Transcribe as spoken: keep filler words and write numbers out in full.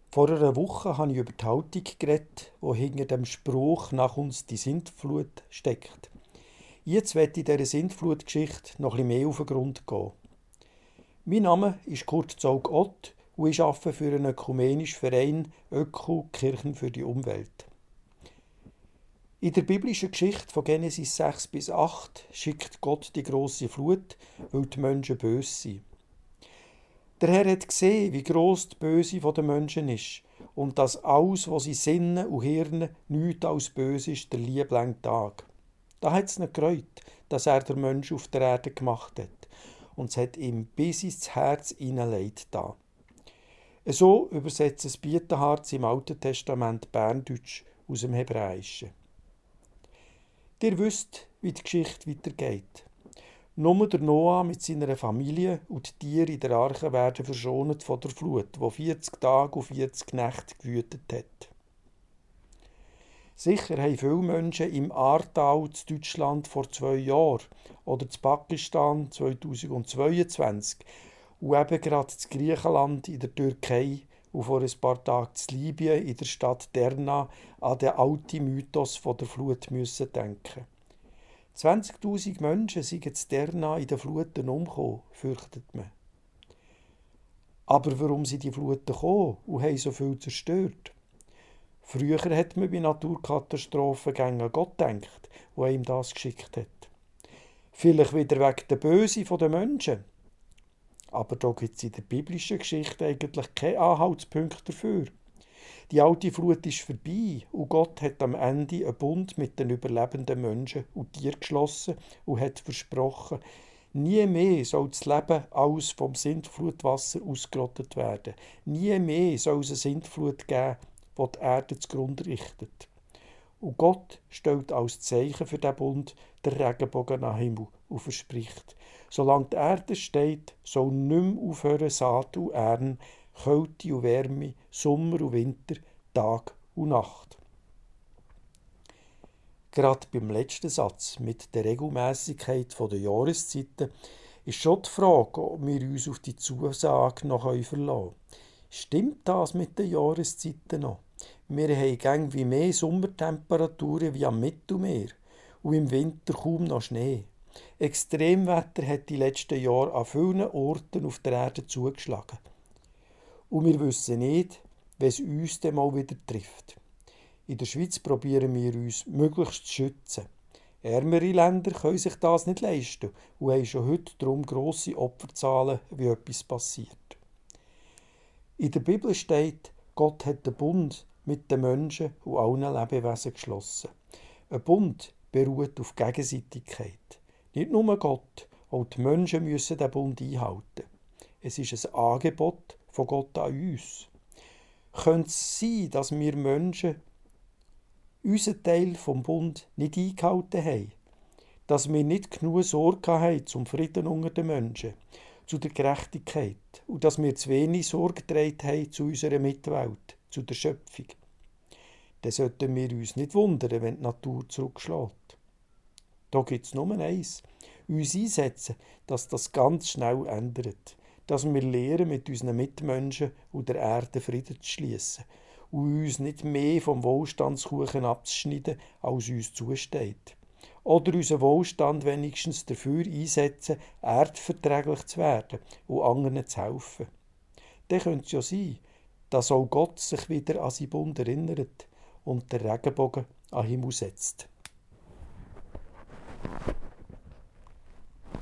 Vor einer Woche habe ich über die Haltung geredet, die hinter dem Spruch «Nach uns die Sintflut» steckt. Jetzt möchte ich dieser Sintflutgeschichte noch etwas mehr auf den Grund gehen. Mein Name ist Kurt Zaugg-Ott und ich arbeite für einen ökumenischen Verein Öko Kirchen für die Umwelt. In der biblischen Geschichte von Genesis sechs bis acht schickt Gott die grosse Flut, weil die Menschen böse sind. Der Herr hat gesehen, wie gross die Böse der Menschen ist und dass alles, was sie Sinnen und Hirn nichts als böse ist, der lieblange Tag. Da hat es nicht gereut, dass er den Menschen auf der Erde gemacht hat und es hat ihm bis ins Herz hineinleid da. So übersetzt es Bietenharz im Alten Testament Berndeutsch aus dem Hebräischen. Ihr wisst, wie die Geschichte weitergeht. Nur der Noah mit seiner Familie und die Tiere in der Arche werden verschont von der Flut, die vierzig Tage und vierzig Nächte gewütet hat. Sicher haben viele Menschen im Aartal in Deutschland vor zwei Jahren oder in Pakistan zweitausendzweiundzwanzig und eben gerade in Griechenland, in der Türkei und vor ein paar Tagen in Libyen, in der Stadt Derna, an den alten Mythos von der Flut müssen denken. zwanzigtausend Menschen sind in Derna in den Fluten umgekommen, fürchtet man. Aber warum sind die Fluten gekommen und haben so viel zerstört? Früher hat man bei Naturkatastrophen gegen an Gott gedacht, der ihm das geschickt hat. Vielleicht wieder wegen der Böse der Menschen. Aber da gibt es in der biblischen Geschichte eigentlich keinen Anhaltspunkt dafür. Die alte Flut ist vorbei und Gott hat am Ende einen Bund mit den überlebenden Menschen und Tieren geschlossen und hat versprochen, nie mehr soll das Leben alles vom Sintflutwasser ausgerottet werden. Nie mehr soll es eine Sintflut geben, die die Erde zugrunde richtet. Und Gott stellt als Zeichen für diesen Bund den Regenbogen am Himmel und verspricht, solange die Erde steht, soll nicht mehr aufhören Saat und Ernte, Kälte und Wärme, Sommer und Winter, Tag und Nacht. Gerade beim letzten Satz mit der Regelmäßigkeit der Jahreszeiten ist schon die Frage, ob wir uns auf die Zusage noch verlassen können. Stimmt das mit den Jahreszeiten noch? Wir haben irgendwie mehr Sommertemperaturen wie am Mittelmeer und im Winter kaum noch Schnee. Extremwetter hat die letzten Jahre an vielen Orten auf der Erde zugeschlagen. Und wir wissen nicht, wenn es uns dann mal wieder trifft. In der Schweiz probieren wir uns möglichst zu schützen. Ärmere Länder können sich das nicht leisten und haben schon heute darum grosse Opferzahlen, wie etwas passiert. In der Bibel steht, Gott hat den Bund mit den Menschen und allen Lebewesen geschlossen. Ein Bund beruht auf Gegenseitigkeit. Nicht nur Gott, auch die Menschen müssen den Bund einhalten. Es ist ein Angebot von Gott an uns. Könnte es sein, dass wir Menschen unseren Teil vom Bund nicht eingehalten haben? Dass wir nicht genug Sorge haben zum Frieden unter den Menschen, zu der Gerechtigkeit und dass wir zu wenig Sorge getragen haben zu unserer Mitwelt, zu der Schöpfung? Dann sollten wir uns nicht wundern, wenn die Natur zurückschlägt. Da gibt es nur eins: uns einsetzen, dass das ganz schnell ändert. Dass wir lernen, mit unseren Mitmenschen und der Erde Frieden zu schliessen und uns nicht mehr vom Wohlstandskuchen abzuschneiden, als uns zusteht. Oder unseren Wohlstand wenigstens dafür einsetzen, erdverträglich zu werden und anderen zu helfen. Dann könnte es ja sein, dass auch Gott sich wieder an seinen Bund erinnert und den Regenbogen an den Himmel setzt.